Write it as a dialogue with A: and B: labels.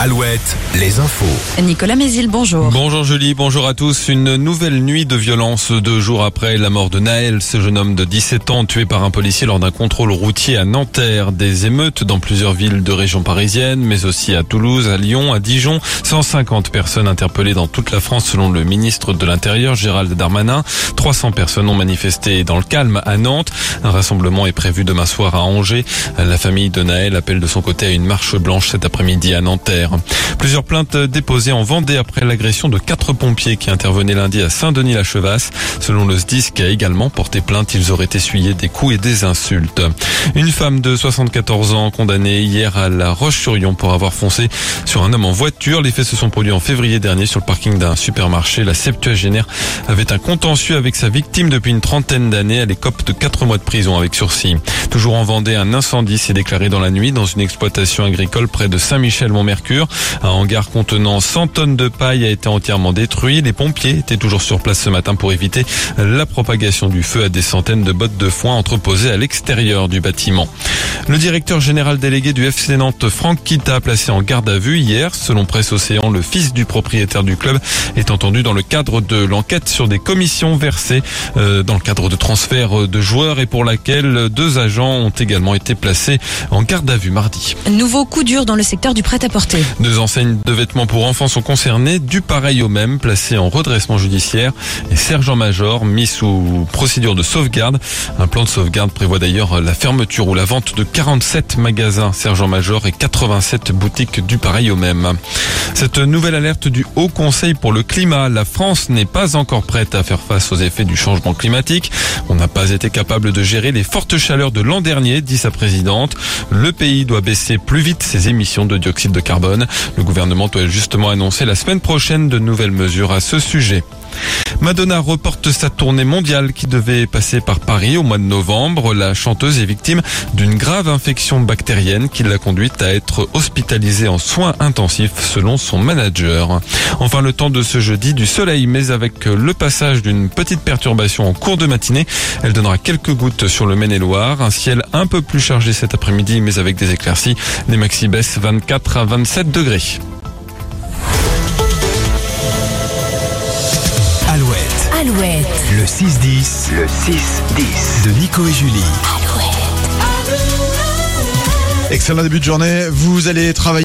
A: Alouette, les infos.
B: Nicolas Mézil, bonjour.
C: Bonjour Julie, bonjour à tous. Une nouvelle nuit de violence 2 jours après la mort de Naël, ce jeune homme de 17 ans tué par un policier lors d'un contrôle routier à Nanterre. Des émeutes dans plusieurs villes de région parisienne, mais aussi à Toulouse, à Lyon, à Dijon. 150 personnes interpellées dans toute la France selon le ministre de l'Intérieur, Gérald Darmanin. 300 personnes ont manifesté dans le calme à Nantes. Un rassemblement est prévu demain soir à Angers. La famille de Naël appelle de son côté à une marche blanche cet après-midi à Nanterre. Plusieurs plaintes déposées en Vendée après l'agression de 4 pompiers qui intervenaient lundi à Saint-Denis-la-Chevasse. Selon le SDIS qui a également porté plainte, ils auraient essuyé des coups et des insultes. Une femme de 74 ans condamnée hier à La Roche-sur-Yon pour avoir foncé sur un homme en voiture. Les faits se sont produits en février dernier sur le parking d'un supermarché. La septuagénaire avait un contentieux avec sa victime depuis une trentaine d'années. Elle écope de 4 mois de prison avec sursis. Toujours en Vendée, un incendie s'est déclaré dans la nuit dans une exploitation agricole près de Saint-Michel-Mont-Mercure. Un hangar contenant 100 tonnes de paille a été entièrement détruit. Les pompiers étaient toujours sur place ce matin pour éviter la propagation du feu à des centaines de bottes de foin entreposées à l'extérieur du bâtiment. Le directeur général délégué du FC Nantes, Franck Kita, placé en garde à vue hier. Selon Presse Océan, le fils du propriétaire du club est entendu dans le cadre de l'enquête sur des commissions versées dans le cadre de transferts de joueurs et pour laquelle 2 agents ont également été placés en garde à vue mardi.
B: Nouveau coup dur dans le secteur du prêt-à-porter.
C: 2 enseignes de vêtements pour enfants sont concernées, du pareil au même, placées en redressement judiciaire et sergent-major mis sous procédure de sauvegarde. Un plan de sauvegarde prévoit d'ailleurs la fermeture ou la vente de 47 magasins sergent-major et 87 boutiques du pareil au même. Cette nouvelle alerte du Haut Conseil pour le climat, la France n'est pas encore prête à faire face aux effets du changement climatique. On n'a pas été capable de gérer les fortes chaleurs de l'an dernier, dit sa présidente. Le pays doit baisser plus vite ses émissions de dioxyde de carbone. Le gouvernement doit justement annoncer la semaine prochaine de nouvelles mesures à ce sujet. Madonna reporte sa tournée mondiale qui devait passer par Paris au mois de novembre. La chanteuse est victime d'une grave infection bactérienne qui l'a conduite à être hospitalisée en soins intensifs selon son manager. Enfin, le temps de ce jeudi, du soleil, mais avec le passage d'une petite perturbation en cours de matinée. Elle donnera quelques gouttes sur le Maine-et-Loire. Un ciel un peu plus chargé cet après-midi, mais avec des éclaircies. Les maxi baissent 24 à 27 degrés.
A: Alouette, le 6-10. Le 6-10 de Nico et Julie.
D: Excellent début de journée. Vous allez travailler.